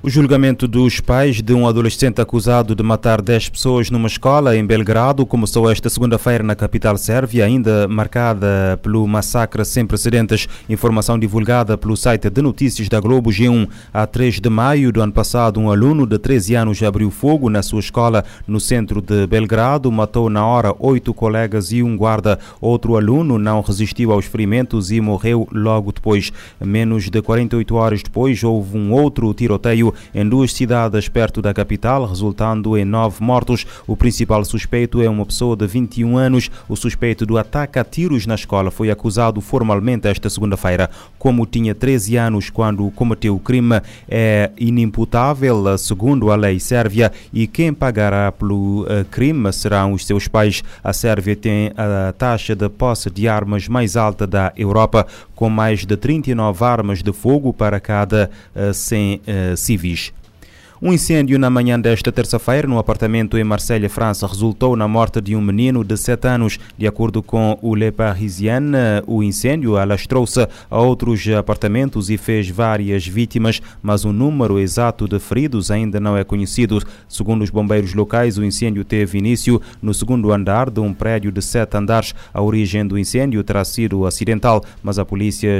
O julgamento dos pais de um adolescente acusado de matar 10 pessoas numa escola em Belgrado começou esta segunda-feira na capital sérvia, ainda marcada pelo massacre sem precedentes. Informação divulgada pelo site de notícias da Globo G1. A 3 de maio do ano passado, um aluno de 13 anos abriu fogo na sua escola no centro de Belgrado, matou na hora 8 colegas e um guarda. Outro aluno não resistiu aos ferimentos e morreu logo depois. Menos de 48 horas depois, houve um outro tiroteio em 2 cidades perto da capital, resultando em 9 mortos. O principal suspeito é uma pessoa de 21 anos. O suspeito do ataque a tiros na escola foi acusado formalmente esta segunda-feira. Como tinha 13 anos quando cometeu o crime, é inimputável, segundo a lei sérvia, e quem pagará pelo crime serão os seus pais. A Sérvia tem a taxa de posse de armas mais alta da Europa, com mais de 39 armas de fogo para cada 100 civis. Um incêndio na manhã desta terça-feira no apartamento em Marselha, França, resultou na morte de um menino de 7 anos. De acordo com o Le Parisien, o incêndio alastrou-se a outros apartamentos e fez várias vítimas, mas o número exato de feridos ainda não é conhecido. Segundo os bombeiros locais, o incêndio teve início no segundo andar de um prédio de 7 andares. A origem do incêndio terá sido acidental, mas a polícia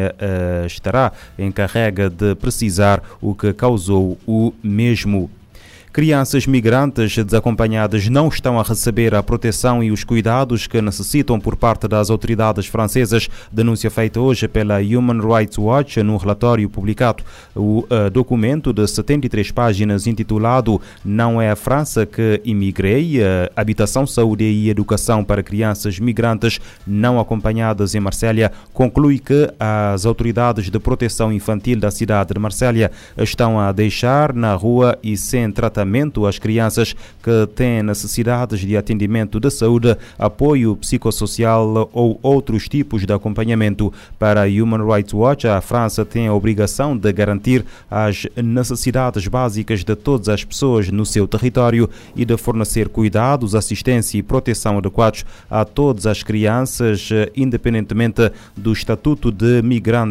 estará encarregue de precisar o que causou o mesmo. Crianças migrantes desacompanhadas não estão a receber a proteção e os cuidados que necessitam por parte das autoridades francesas. Denúncia feita hoje pela Human Rights Watch num relatório publicado. O documento de 73 páginas intitulado "Não é a França que imigrei, habitação, saúde e educação para crianças migrantes não acompanhadas em Marselha" conclui que as autoridades de proteção infantil da cidade de Marselha estão a deixar na rua e sem tratamento às crianças que têm necessidades de atendimento de saúde, apoio psicossocial ou outros tipos de acompanhamento. Para a Human Rights Watch, a França tem a obrigação de garantir as necessidades básicas de todas as pessoas no seu território e de fornecer cuidados, assistência e proteção adequados a todas as crianças, independentemente do estatuto de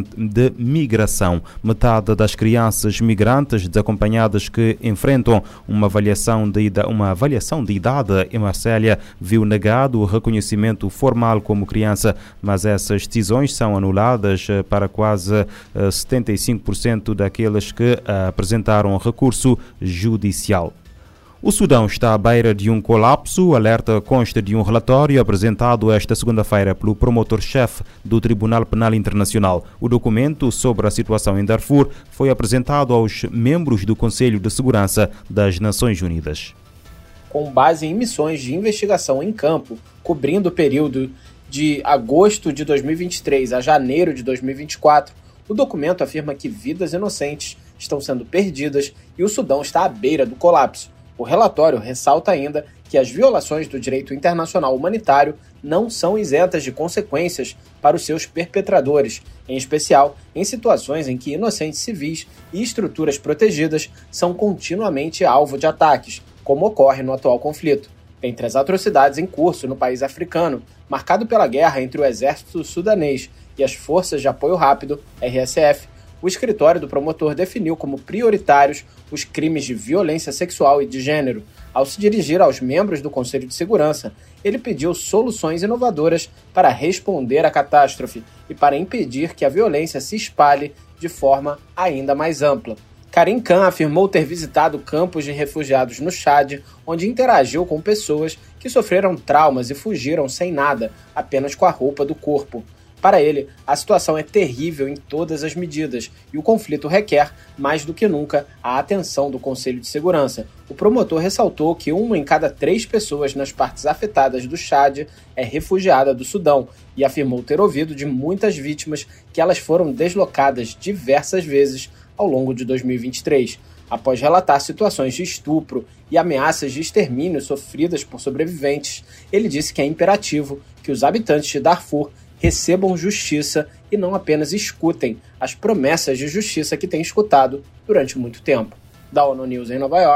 migração. Metade das crianças migrantes desacompanhadas que enfrentam uma avaliação de idade em Marselha viu negado o reconhecimento formal como criança, mas essas decisões são anuladas para quase 75% daqueles que apresentaram recurso judicial. O Sudão está à beira de um colapso. O alerta consta de um relatório apresentado esta segunda-feira pelo promotor-chefe do Tribunal Penal Internacional. O documento sobre a situação em Darfur foi apresentado aos membros do Conselho de Segurança das Nações Unidas. Com base em missões de investigação em campo, cobrindo o período de agosto de 2023 a janeiro de 2024, o documento afirma que vidas inocentes estão sendo perdidas e o Sudão está à beira do colapso. O relatório ressalta ainda que as violações do direito internacional humanitário não são isentas de consequências para os seus perpetradores, em especial em situações em que inocentes civis e estruturas protegidas são continuamente alvo de ataques, como ocorre no atual conflito. Entre as atrocidades em curso no país africano, marcado pela guerra entre o exército sudanês e as Forças de Apoio Rápido, RSF, o escritório do promotor definiu como prioritários os crimes de violência sexual e de gênero. Ao se dirigir aos membros do Conselho de Segurança, ele pediu soluções inovadoras para responder à catástrofe e para impedir que a violência se espalhe de forma ainda mais ampla. Karim Khan afirmou ter visitado campos de refugiados no Chad, onde interagiu com pessoas que sofreram traumas e fugiram sem nada, apenas com a roupa do corpo. Para ele, a situação é terrível em todas as medidas e o conflito requer, mais do que nunca, a atenção do Conselho de Segurança. O promotor ressaltou que 1 em cada 3 pessoas nas partes afetadas do Chad é refugiada do Sudão e afirmou ter ouvido de muitas vítimas que elas foram deslocadas diversas vezes ao longo de 2023. Após relatar situações de estupro e ameaças de extermínio sofridas por sobreviventes, ele disse que é imperativo que os habitantes de Darfur recebam justiça e não apenas escutem as promessas de justiça que têm escutado durante muito tempo. Da ONU News em Nova York,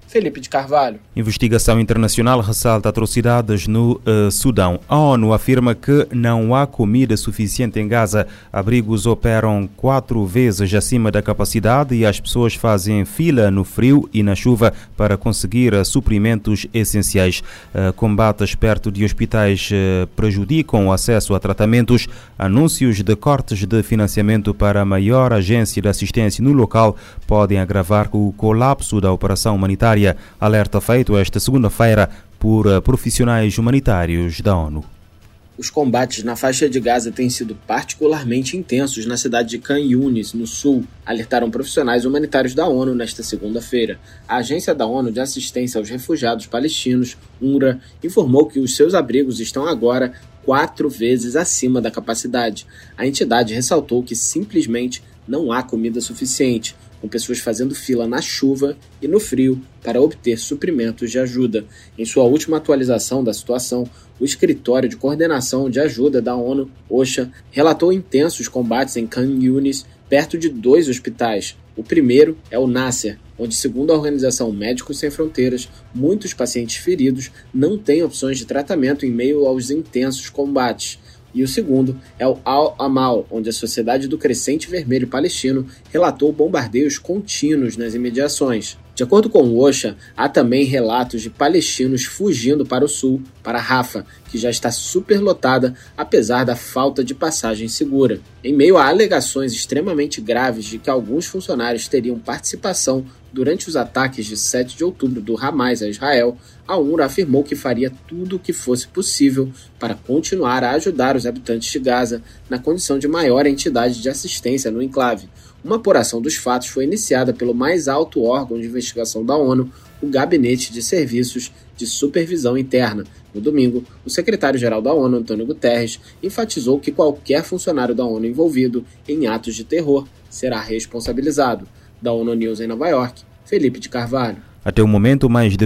Felipe de Carvalho. Investigação internacional ressalta atrocidades no Sudão. A ONU afirma que não há comida suficiente em Gaza. Abrigos operam 4 vezes acima da capacidade e as pessoas fazem fila no frio e na chuva para conseguir suprimentos essenciais. Combates perto de hospitais prejudicam o acesso a tratamentos. Anúncios de cortes de financiamento para a maior agência de assistência no local podem agravar o colapso da operação humanitária. Alerta feito esta segunda-feira por profissionais humanitários da ONU. Os combates na faixa de Gaza têm sido particularmente intensos na cidade de Khan Yunis, no sul, alertaram profissionais humanitários da ONU nesta segunda-feira. A Agência da ONU de Assistência aos Refugiados Palestinos, UNRWA, informou que os seus abrigos estão agora 4 vezes acima da capacidade. A entidade ressaltou que simplesmente não há comida suficiente, com pessoas fazendo fila na chuva e no frio para obter suprimentos de ajuda. Em sua última atualização da situação, o Escritório de Coordenação de Ajuda da ONU, OCHA, relatou intensos combates em Khan Yunis, perto de 2 hospitais. O primeiro é o Nasser, onde, segundo a organização Médicos Sem Fronteiras, muitos pacientes feridos não têm opções de tratamento em meio aos intensos combates. E o segundo é o Al-Amal, onde a Sociedade do Crescente Vermelho Palestino relatou bombardeios contínuos nas imediações. De acordo com o OCHA, há também relatos de palestinos fugindo para o sul, para Rafah, que já está superlotada apesar da falta de passagem segura. Em meio a alegações extremamente graves de que alguns funcionários teriam participação durante os ataques de 7 de outubro do Hamas a Israel, a UNRWA afirmou que faria tudo o que fosse possível para continuar a ajudar os habitantes de Gaza na condição de maior entidade de assistência no enclave. Uma apuração dos fatos foi iniciada pelo mais alto órgão de investigação da ONU, o Gabinete de Serviços de Supervisão Interna. No domingo, o secretário-geral da ONU, Antônio Guterres, enfatizou que qualquer funcionário da ONU envolvido em atos de terror será responsabilizado. Da ONU News em Nova York, Felipe de Carvalho. Até o momento, mais de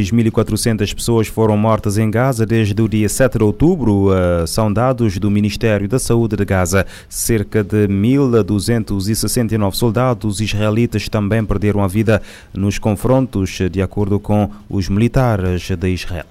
26.400 pessoas foram mortas em Gaza desde o dia 7 de outubro, são dados do Ministério da Saúde de Gaza. Cerca de 1.269 soldados israelitas também perderam a vida nos confrontos, de acordo com os militares de Israel.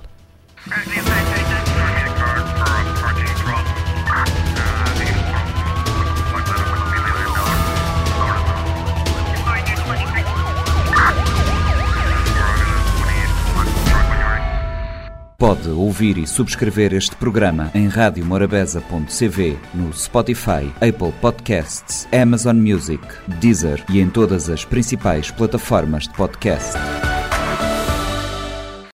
Pode ouvir e subscrever este programa em radiomorabeza.cv, no Spotify, Apple Podcasts, Amazon Music, Deezer e em todas as principais plataformas de podcast.